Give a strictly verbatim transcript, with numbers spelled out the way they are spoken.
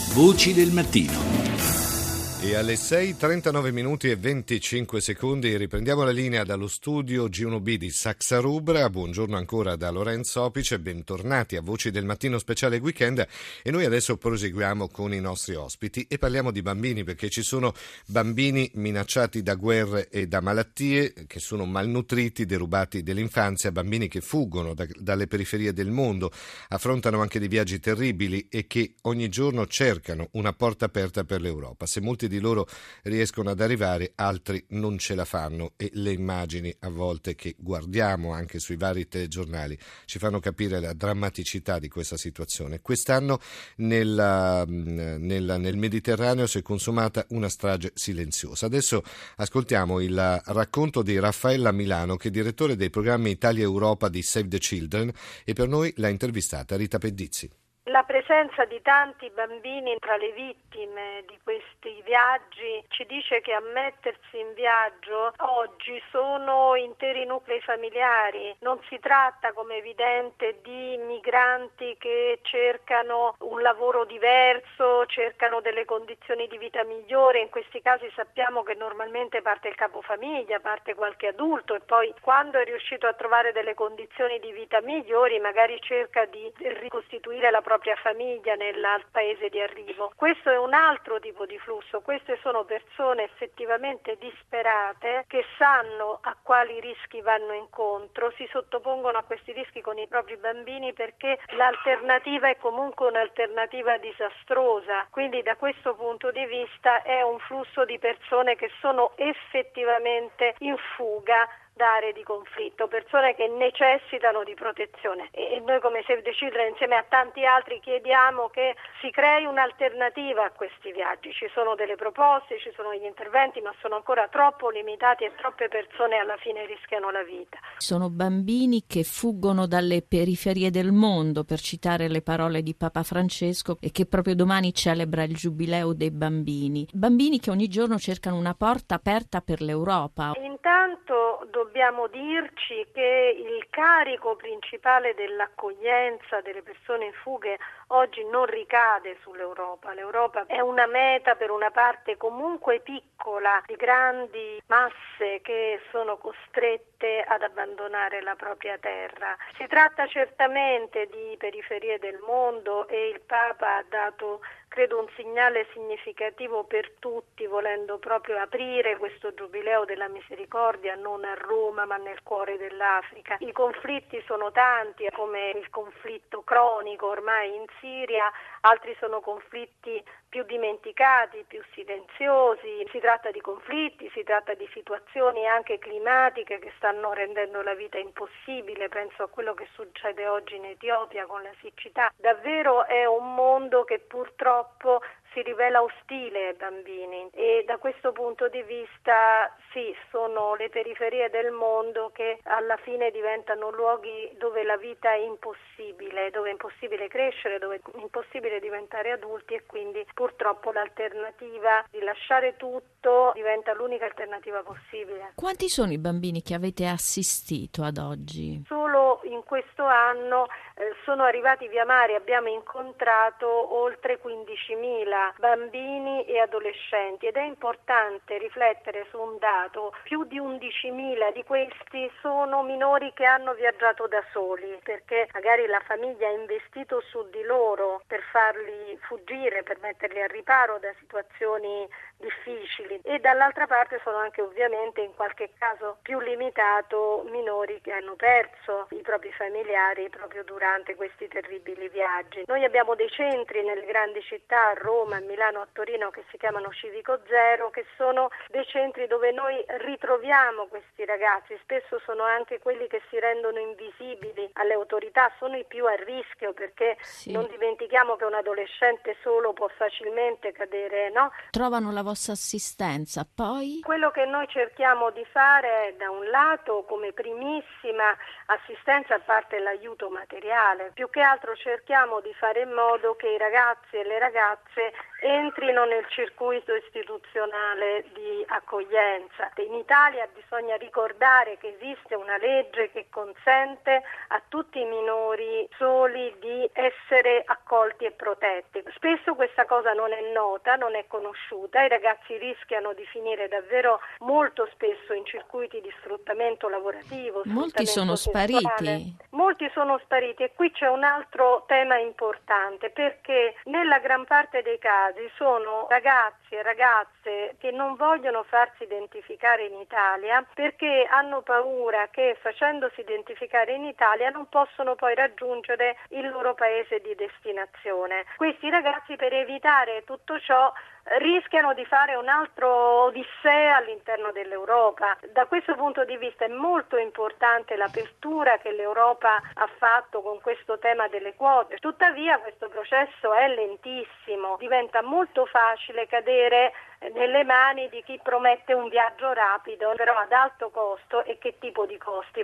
Voci del mattino. E alle sei e trentanove minuti e venticinque secondi riprendiamo la linea dallo studio G uno B di Saxa Rubra. Buongiorno ancora da Lorenzo Opice, bentornati a Voci del Mattino speciale weekend, e noi adesso proseguiamo con i nostri ospiti e parliamo di bambini, perché ci sono bambini minacciati da guerre e da malattie, che sono malnutriti, derubati dell'infanzia, bambini che fuggono da, dalle periferie del mondo, affrontano anche dei viaggi terribili e che ogni giorno cercano una porta aperta per l'Europa. Se molti di loro riescono ad arrivare, altri non ce la fanno, e le immagini a volte che guardiamo anche sui vari telegiornali ci fanno capire la drammaticità di questa situazione. Quest'anno nella, nella, nel Mediterraneo si è consumata una strage silenziosa. Adesso ascoltiamo il racconto di Raffaella Milano, che è direttore dei programmi Italia-Europa di Save the Children, e per noi l'ha intervistata Rita Pedizzi. La presenza di tanti bambini tra le vittime di questi viaggi ci dice che a mettersi in viaggio oggi sono interi nuclei familiari. Non si tratta, come evidente, di migranti che cercano un lavoro diverso, cercano delle condizioni di vita migliore. In questi casi sappiamo che normalmente parte il capofamiglia, parte qualche adulto, e poi quando è riuscito a trovare delle condizioni di vita migliori magari cerca di ricostituire la propria famiglia nel paese di arrivo. Questo è un altro tipo di flusso. Queste sono persone effettivamente disperate che sanno a quali rischi vanno incontro, si sottopongono a questi rischi con i propri bambini perché l'alternativa è comunque un'alternativa disastrosa. Quindi da questo punto di vista è un flusso di persone che sono effettivamente in fuga da aree di conflitto, persone che necessitano di protezione, e noi come Save the Children insieme a tanti altri chiediamo che si crei un'alternativa a questi viaggi. Ci sono delle proposte, ci sono degli interventi, ma sono ancora troppo limitati e troppe persone alla fine rischiano la vita. Sono bambini che fuggono dalle periferie del mondo, per citare le parole di Papa Francesco, e che proprio domani celebra il Giubileo dei bambini. Bambini che ogni giorno cercano una porta aperta per l'Europa. Intanto dobbiamo dirci che il carico principale dell'accoglienza delle persone in fughe oggi non ricade sull'Europa. L'Europa è una meta per una parte comunque piccola di grandi masse che sono costrette ad abbandonare la propria terra. Si tratta certamente di periferie del mondo, e il Papa ha dato, credo, un segnale significativo per tutti, volendo proprio aprire questo Giubileo della Misericordia non a Roma ma nel cuore dell'Africa. I conflitti sono tanti, come il conflitto cronico ormai in Siria, altri sono conflitti più dimenticati, più silenziosi. Si tratta di conflitti, si tratta di situazioni anche climatiche che stanno rendendo la vita impossibile. Penso a quello che succede oggi in Etiopia con la siccità. Davvero è un mondo che purtroppo si rivela ostile ai bambini, e da questo punto di vista sì, sono le periferie del mondo che alla fine diventano luoghi dove la vita è impossibile, dove è impossibile crescere, dove è impossibile diventare adulti, e quindi purtroppo l'alternativa di lasciare tutto diventa l'unica alternativa possibile. Quanti sono i bambini che avete assistito ad oggi? Solo in questo anno eh, sono arrivati via mare, abbiamo incontrato oltre quindicimila bambini e adolescenti, ed è importante riflettere su un dato: più di undicimila di questi sono minori che hanno viaggiato da soli, perché magari la famiglia ha investito su di loro per farli fuggire, per metterli al riparo da situazioni difficili, e dall'altra parte sono anche ovviamente in qualche caso più limitato minori che hanno perso i propri familiari proprio durante questi terribili viaggi. Noi abbiamo dei centri nelle grandi città, a Roma, a Milano, a Torino, che si chiamano Civico Zero, che sono dei centri dove noi ritroviamo questi ragazzi. Spesso sono anche quelli che si rendono invisibili alle autorità, sono i più a rischio, perché sì, non dimentichiamo che un adolescente solo può facilmente cadere, no? Trovano la vostra assistenza, poi? Quello che noi cerchiamo di fare è, da un lato, come primissima assistenza, a parte l'aiuto materiale, più che altro cerchiamo di fare in modo che i ragazzi e le ragazze entrino nel circuito istituzionale di accoglienza. In Italia bisogna ricordare che esiste una legge che consente a tutti i minori soli di essere accolti e protetti. Spesso questa cosa non è nota, non è conosciuta, i ragazzi rischiano di finire davvero molto spesso in circuiti di sfruttamento lavorativo. Molti sono sessuale. spariti. Molti sono spariti e qui c'è un altro tema importante, perché nella gran parte dei casi sono ragazzi e ragazze che non vogliono farsi identificare in Italia perché hanno paura che facendosi identificare in Italia non possono poi raggiungere il loro paese di destinazione. Questi ragazzi, per evitare tutto ciò, rischiano di fare un altro odissea all'interno dell'Europa. Da questo punto di vista è molto importante l'apertura che l'Europa ha fatto con questo tema delle quote. Tuttavia questo processo è lentissimo, diventa molto facile cadere nelle mani di chi promette un viaggio rapido, però ad alto costo. E che tipo di costi?